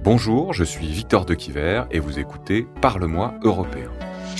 Bonjour, je suis Victor Dequiver et vous écoutez Parle-moi européen.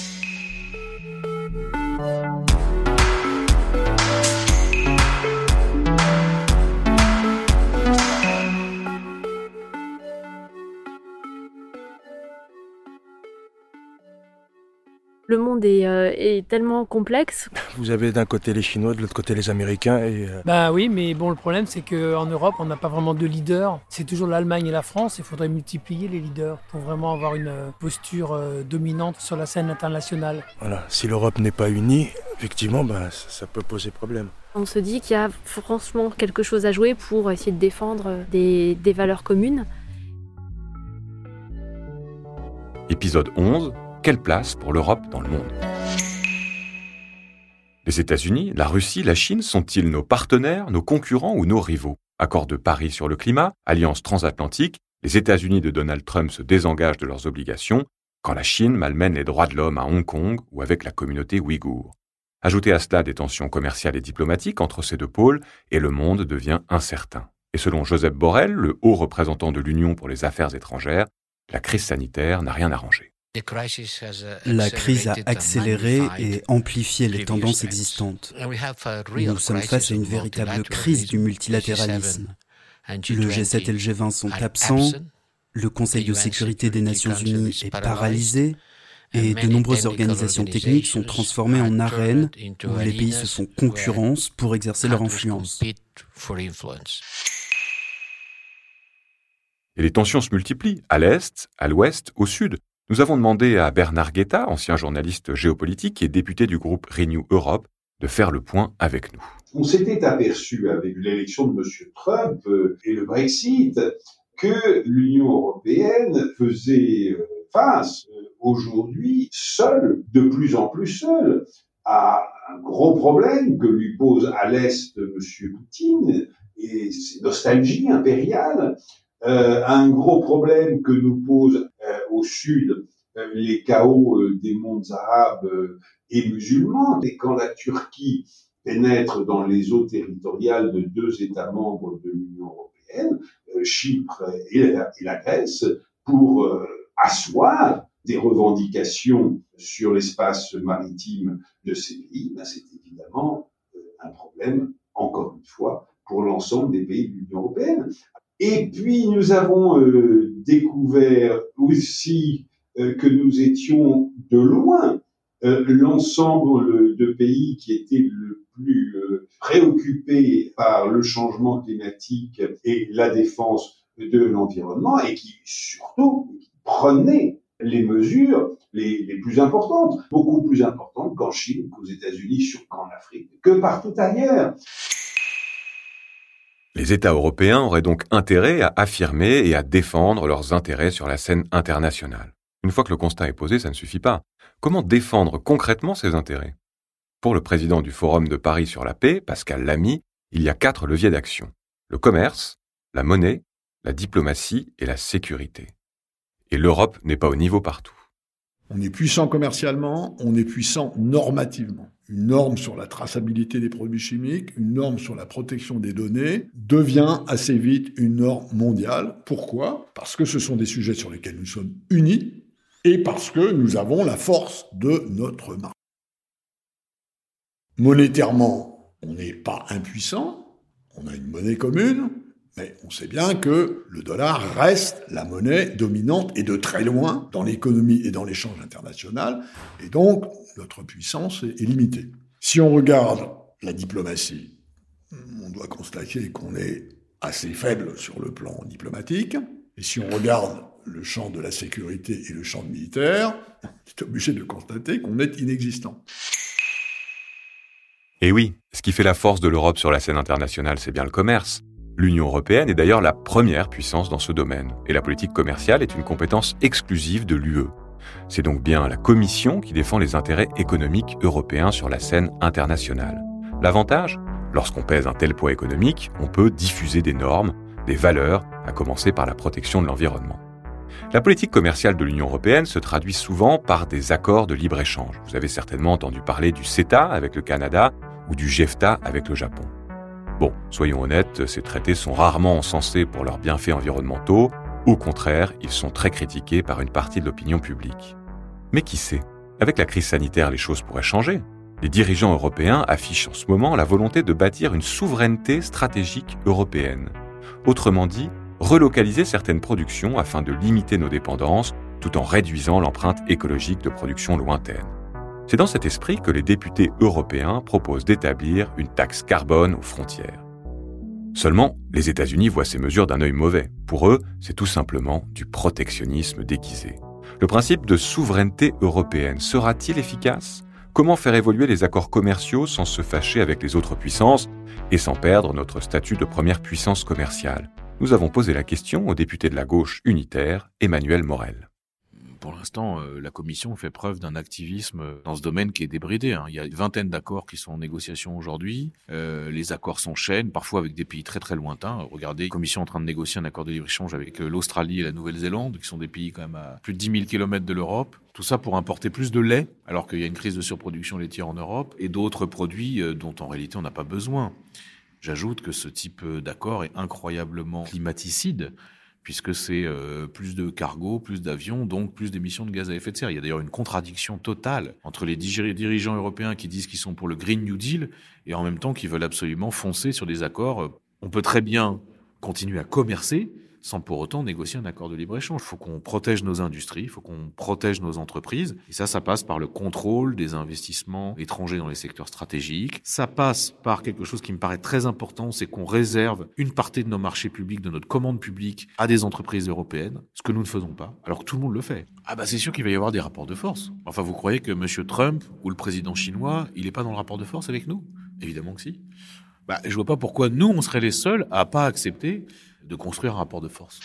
Le monde est tellement complexe. Vous avez d'un côté les Chinois, de l'autre côté les Américains et... Oui, mais bon, le problème c'est qu'en Europe, on n'a pas vraiment de leaders. C'est toujours l'Allemagne et la France. Il faudrait multiplier les leaders pour vraiment avoir une posture dominante sur la scène internationale. Voilà, si l'Europe n'est pas unie, effectivement, ça peut poser problème. On se dit qu'il y a franchement quelque chose à jouer pour essayer de défendre des valeurs communes. Épisode 11. Quelle place pour l'Europe dans le monde ? Les États-Unis, la Russie, la Chine sont-ils nos partenaires, nos concurrents ou nos rivaux ? Accord de Paris sur le climat, alliance transatlantique, les États-Unis de Donald Trump se désengagent de leurs obligations, quand la Chine malmène les droits de l'homme à Hong Kong ou avec la communauté ouïghour. Ajoutez à cela des tensions commerciales et diplomatiques entre ces deux pôles, et le monde devient incertain. Et selon Josep Borrell, le haut représentant de l'Union pour les affaires étrangères, la crise sanitaire n'a rien arrangé. La crise a accéléré et amplifié les tendances existantes. Nous sommes face à une véritable crise du multilatéralisme. Le G7 et le G20 sont absents, le Conseil de sécurité des Nations Unies est paralysé, et de nombreuses organisations techniques sont transformées en arènes où les pays se font concurrence pour exercer leur influence. Et les tensions se multiplient, à l'Est, à l'Ouest, au Sud. Nous avons demandé à Bernard Guetta, ancien journaliste géopolitique et député du groupe Renew Europe, de faire le point avec nous. On s'était aperçu avec l'élection de M. Trump et le Brexit que l'Union européenne faisait face aujourd'hui seule, de plus en plus seule, à un gros problème que lui pose à l'Est M. Poutine et ses nostalgies impériales, un gros problème que nous pose au Sud les chaos des mondes arabes et musulmans. Et quand la Turquie pénètre dans les eaux territoriales de deux États membres de l'Union européenne, Chypre et la Grèce, pour asseoir des revendications sur l'espace maritime de ces pays, c'est évidemment un problème, encore une fois, pour l'ensemble des pays de l'Union européenne. Et puis, nous avons découvert aussi que nous étions de loin l'ensemble de pays qui étaient le plus préoccupés par le changement climatique et la défense de l'environnement et qui, surtout, prenaient les mesures les plus importantes, beaucoup plus importantes qu'en Chine, qu'aux États-Unis, qu'en Afrique, que partout ailleurs. Les États européens auraient donc intérêt à affirmer et à défendre leurs intérêts sur la scène internationale. Une fois que le constat est posé, ça ne suffit pas. Comment défendre concrètement ces intérêts ? Pour le président du Forum de Paris sur la paix, Pascal Lamy, il y a 4 leviers d'action. Le commerce, la monnaie, la diplomatie et la sécurité. Et l'Europe n'est pas au niveau partout. On est puissant commercialement, on est puissant normativement. Une norme sur la traçabilité des produits chimiques, une norme sur la protection des données, devient assez vite une norme mondiale. Pourquoi ? Parce que ce sont des sujets sur lesquels nous sommes unis et parce que nous avons la force de notre marque. Monétairement, on n'est pas impuissant, on a une monnaie commune, mais on sait bien que le dollar reste la monnaie dominante et de très loin dans l'économie et dans l'échange international. Et donc, notre puissance est limitée. Si on regarde la diplomatie, on doit constater qu'on est assez faible sur le plan diplomatique. Et si on regarde le champ de la sécurité et le champ militaire, on est obligé de constater qu'on est inexistant. Et oui, ce qui fait la force de l'Europe sur la scène internationale, c'est bien le commerce. L'Union européenne est d'ailleurs la première puissance dans ce domaine, et la politique commerciale est une compétence exclusive de l'UE. C'est donc bien la Commission qui défend les intérêts économiques européens sur la scène internationale. L'avantage ? Lorsqu'on pèse un tel poids économique, on peut diffuser des normes, des valeurs, à commencer par la protection de l'environnement. La politique commerciale de l'Union européenne se traduit souvent par des accords de libre-échange. Vous avez certainement entendu parler du CETA avec le Canada ou du JEFTA avec le Japon. Bon, soyons honnêtes, ces traités sont rarement encensés pour leurs bienfaits environnementaux, Au contraire, ils sont très critiqués par une partie de l'opinion publique. Mais qui sait ? Avec la crise sanitaire, les choses pourraient changer. Les dirigeants européens affichent en ce moment la volonté de bâtir une souveraineté stratégique européenne. Autrement dit, relocaliser certaines productions afin de limiter nos dépendances tout en réduisant l'empreinte écologique de production lointaine. C'est dans cet esprit que les députés européens proposent d'établir une taxe carbone aux frontières. Seulement, les États-Unis voient ces mesures d'un œil mauvais. Pour eux, c'est tout simplement du protectionnisme déguisé. Le principe de souveraineté européenne sera-t-il efficace ? Comment faire évoluer les accords commerciaux sans se fâcher avec les autres puissances et sans perdre notre statut de première puissance commerciale ? Nous avons posé la question au député de la gauche unitaire, Emmanuel Morel. Pour l'instant, la Commission fait preuve d'un activisme dans ce domaine qui est débridé. Il y a une vingtaine d'accords qui sont en négociation aujourd'hui. Les accords s'enchaînent, parfois avec des pays très très lointains. Regardez, la Commission est en train de négocier un accord de libre-échange avec l'Australie et la Nouvelle-Zélande, qui sont des pays quand même à plus de 10 000 km de l'Europe. Tout ça pour importer plus de lait, alors qu'il y a une crise de surproduction laitière en Europe, et d'autres produits dont en réalité on n'a pas besoin. J'ajoute que ce type d'accord est incroyablement climaticide, puisque c'est plus de cargo, plus d'avions, donc plus d'émissions de gaz à effet de serre. Il y a d'ailleurs une contradiction totale entre les dirigeants européens qui disent qu'ils sont pour le Green New Deal et en même temps qui veulent absolument foncer sur des accords. On peut très bien continuer à commercer sans pour autant négocier un accord de libre-échange. Il faut qu'on protège nos industries, il faut qu'on protège nos entreprises. Et ça passe par le contrôle des investissements étrangers dans les secteurs stratégiques. Ça passe par quelque chose qui me paraît très important, c'est qu'on réserve une partie de nos marchés publics, de notre commande publique, à des entreprises européennes, ce que nous ne faisons pas, alors que tout le monde le fait. C'est sûr qu'il va y avoir des rapports de force. Enfin, vous croyez que M. Trump ou le président chinois, il n'est pas dans le rapport de force avec nous ? Évidemment que si. Je vois pas pourquoi nous, on serait les seuls à pas accepter de construire un rapport de force.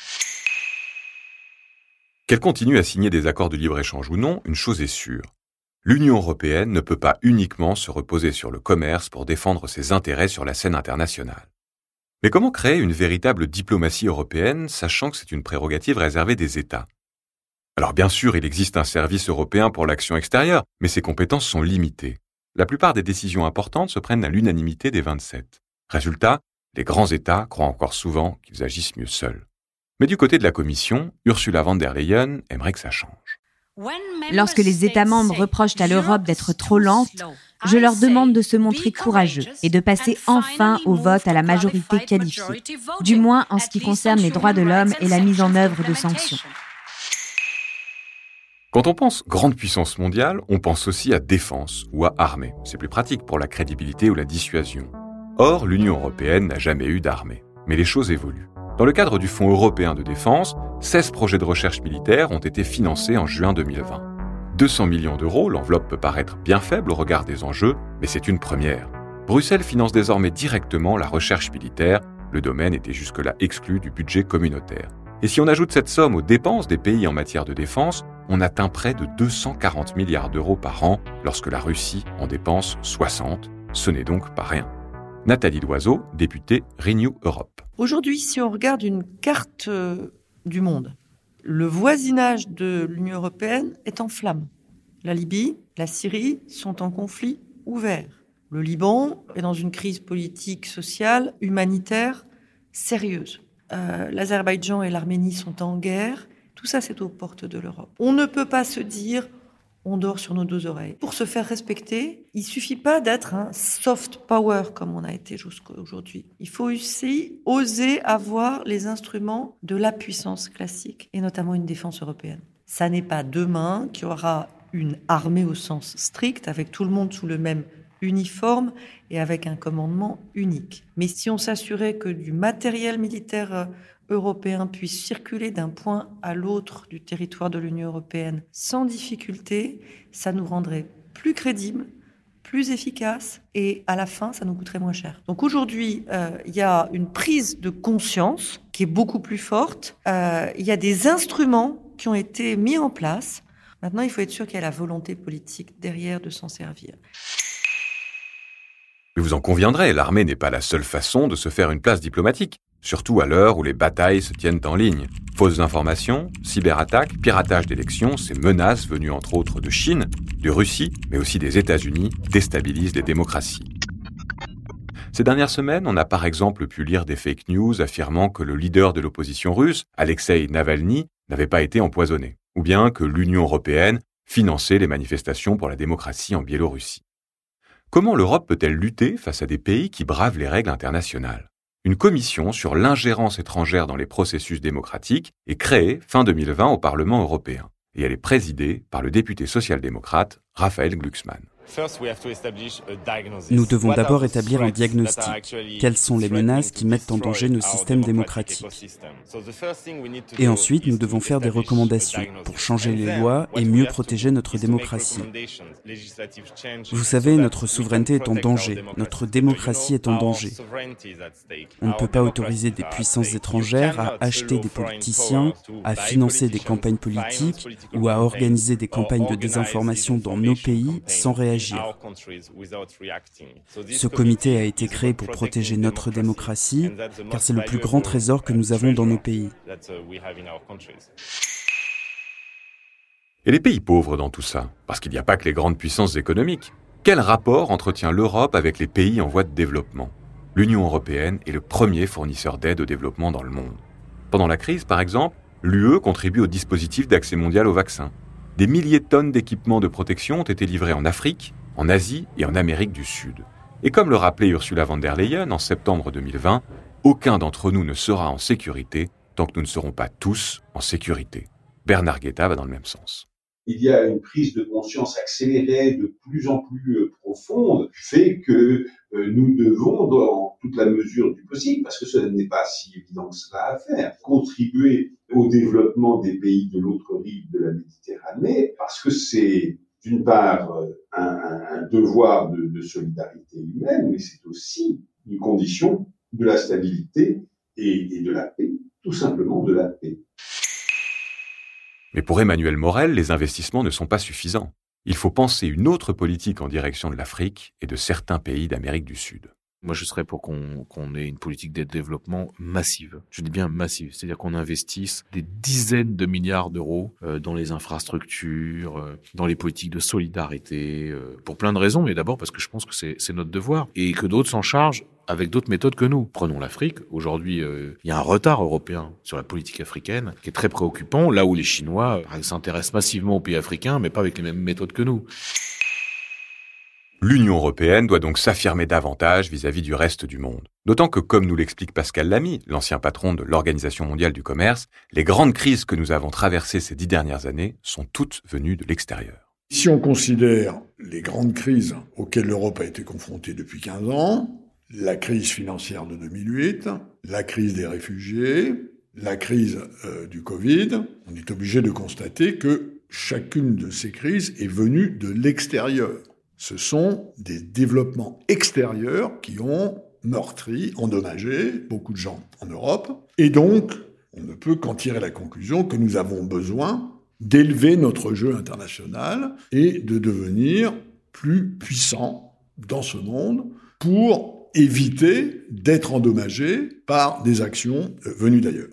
Qu'elle continue à signer des accords de libre-échange ou non, une chose est sûre. L'Union européenne ne peut pas uniquement se reposer sur le commerce pour défendre ses intérêts sur la scène internationale. Mais comment créer une véritable diplomatie européenne, sachant que c'est une prérogative réservée des États ? Alors bien sûr, il existe un service européen pour l'action extérieure, mais ses compétences sont limitées. La plupart des décisions importantes se prennent à l'unanimité des 27. Résultat, les grands États croient encore souvent qu'ils agissent mieux seuls. Mais du côté de la Commission, Ursula von der Leyen aimerait que ça change. Lorsque les États membres reprochent à l'Europe d'être trop lente, je leur demande de se montrer courageux et de passer enfin au vote à la majorité qualifiée, du moins en ce qui concerne les droits de l'homme et la mise en œuvre de sanctions. Quand on pense grande puissance mondiale, on pense aussi à défense ou à armée. C'est plus pratique pour la crédibilité ou la dissuasion. Or, l'Union européenne n'a jamais eu d'armée. Mais les choses évoluent. Dans le cadre du Fonds européen de défense, 16 projets de recherche militaire ont été financés en juin 2020. 200 millions d'euros, l'enveloppe peut paraître bien faible au regard des enjeux, mais c'est une première. Bruxelles finance désormais directement la recherche militaire. Le domaine était jusque-là exclu du budget communautaire. Et si on ajoute cette somme aux dépenses des pays en matière de défense, on atteint près de 240 milliards d'euros par an, lorsque la Russie en dépense 60. Ce n'est donc pas rien. Nathalie Loiseau, députée Renew Europe. Aujourd'hui, si on regarde une carte du monde, le voisinage de l'Union européenne est en flammes. La Libye, la Syrie sont en conflit ouvert. Le Liban est dans une crise politique, sociale, humanitaire sérieuse. L'Azerbaïdjan et l'Arménie sont en guerre. Tout ça, c'est aux portes de l'Europe. On ne peut pas se dire on dort sur nos deux oreilles. Pour se faire respecter, il suffit pas d'être un soft power comme on a été jusqu'à aujourd'hui. Il faut aussi oser avoir les instruments de la puissance classique, et notamment une défense européenne. Ça n'est pas demain qu'il y aura une armée au sens strict, avec tout le monde sous le même uniforme et avec un commandement unique. Mais si on s'assurait que du matériel militaire européen puisse circuler d'un point à l'autre du territoire de l'Union européenne sans difficulté, ça nous rendrait plus crédibles, plus efficaces et à la fin, ça nous coûterait moins cher. Donc aujourd'hui, il y a une prise de conscience qui est beaucoup plus forte. Il y a des instruments qui ont été mis en place. Maintenant, il faut être sûr qu'il y a la volonté politique derrière de s'en servir. Mais vous en conviendrez, l'armée n'est pas la seule façon de se faire une place diplomatique, surtout à l'heure où les batailles se tiennent en ligne. Fausses informations, cyberattaques, piratage d'élections, ces menaces venues entre autres de Chine, de Russie, mais aussi des États-Unis, déstabilisent les démocraties. Ces dernières semaines, on a par exemple pu lire des fake news affirmant que le leader de l'opposition russe, Alexeï Navalny, n'avait pas été empoisonné, ou bien que l'Union européenne finançait les manifestations pour la démocratie en Biélorussie. Comment l'Europe peut-elle lutter face à des pays qui bravent les règles internationales ? Une commission sur l'ingérence étrangère dans les processus démocratiques est créée fin 2020 au Parlement européen, et elle est présidée par le député social-démocrate Raphaël Glucksmann. Nous devons d'abord établir un diagnostic. Quelles sont les menaces qui mettent en danger nos systèmes démocratiques ? Et ensuite, nous devons faire des recommandations pour changer les lois et mieux protéger notre démocratie. Vous savez, notre souveraineté est en danger, notre démocratie est en danger. On ne peut pas autoriser des puissances étrangères à acheter des politiciens, à financer des campagnes politiques ou à organiser des campagnes de désinformation dans nos pays sans réagir. Ce comité a été créé pour protéger notre démocratie, car c'est le plus grand trésor que nous avons dans nos pays. Et les pays pauvres dans tout ça, parce qu'il n'y a pas que les grandes puissances économiques. Quel rapport entretient l'Europe avec les pays en voie de développement ? L'Union européenne est le premier fournisseur d'aide au développement dans le monde. Pendant la crise, par exemple, l'UE contribue au dispositif d'accès mondial aux vaccins. Des milliers de tonnes d'équipements de protection ont été livrés en Afrique, en Asie et en Amérique du Sud. Et comme le rappelait Ursula von der Leyen en septembre 2020, aucun d'entre nous ne sera en sécurité tant que nous ne serons pas tous en sécurité. Bernard Guetta va dans le même sens. Il y a une prise de conscience accélérée de plus en plus profonde, fait que nous devons, dans toute la mesure du possible, parce que ce n'est pas si évident que cela à faire, contribuer au développement des pays de l'autre rive de la Méditerranée, parce que c'est d'une part un devoir de solidarité humaine, mais c'est aussi une condition de la stabilité et de la paix, tout simplement de la paix. Mais pour Emmanuel Morel, les investissements ne sont pas suffisants. Il faut penser une autre politique en direction de l'Afrique et de certains pays d'Amérique du Sud. Moi, je serais pour qu'on ait une politique d'aide développement massive. Je dis bien massive, c'est-à-dire qu'on investisse des dizaines de milliards d'euros dans les infrastructures, dans les politiques de solidarité, pour plein de raisons, mais d'abord parce que je pense que c'est notre devoir, et que d'autres s'en chargent avec d'autres méthodes que nous. Prenons l'Afrique. Aujourd'hui, il y a un retard européen sur la politique africaine qui est très préoccupant, là où les Chinois s'intéressent massivement aux pays africains, mais pas avec les mêmes méthodes que nous. L'Union européenne doit donc s'affirmer davantage vis-à-vis du reste du monde. D'autant que, comme nous l'explique Pascal Lamy, l'ancien patron de l'Organisation mondiale du commerce, les grandes crises que nous avons traversées ces 10 dernières années sont toutes venues de l'extérieur. Si on considère les grandes crises auxquelles l'Europe a été confrontée depuis 15 ans, la crise financière de 2008, la crise des réfugiés, la crise du Covid, on est obligé de constater que chacune de ces crises est venue de l'extérieur. Ce sont des développements extérieurs qui ont meurtri, endommagé beaucoup de gens en Europe. Et donc, on ne peut qu'en tirer la conclusion que nous avons besoin d'élever notre jeu international et de devenir plus puissants dans ce monde pour éviter d'être endommagés par des actions venues d'ailleurs.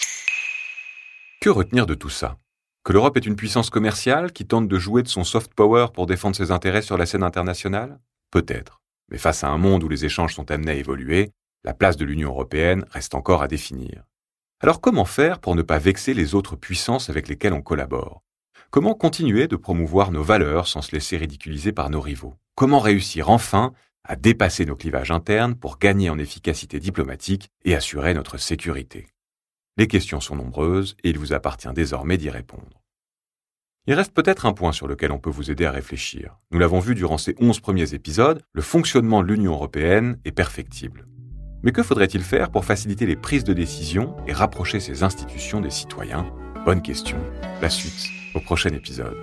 Que retenir de tout ça ? Que l'Europe est une puissance commerciale qui tente de jouer de son soft power pour défendre ses intérêts sur la scène internationale ? Peut-être. Mais face à un monde où les échanges sont amenés à évoluer, la place de l'Union européenne reste encore à définir. Alors comment faire pour ne pas vexer les autres puissances avec lesquelles on collabore ? Comment continuer de promouvoir nos valeurs sans se laisser ridiculiser par nos rivaux ? Comment réussir enfin à dépasser nos clivages internes pour gagner en efficacité diplomatique et assurer notre sécurité ? Les questions sont nombreuses et il vous appartient désormais d'y répondre. Il reste peut-être un point sur lequel on peut vous aider à réfléchir. Nous l'avons vu durant ces 11 premiers épisodes, le fonctionnement de l'Union européenne est perfectible. Mais que faudrait-il faire pour faciliter les prises de décision et rapprocher ces institutions des citoyens ? Bonne question. La suite, au prochain épisode.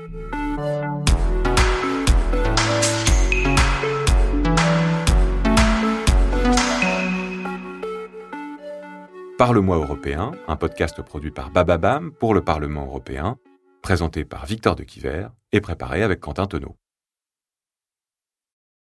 Parle-moi européen, un podcast produit par Bababam pour le Parlement européen, présenté par Victor Dequiver et préparé avec Quentin Tenot.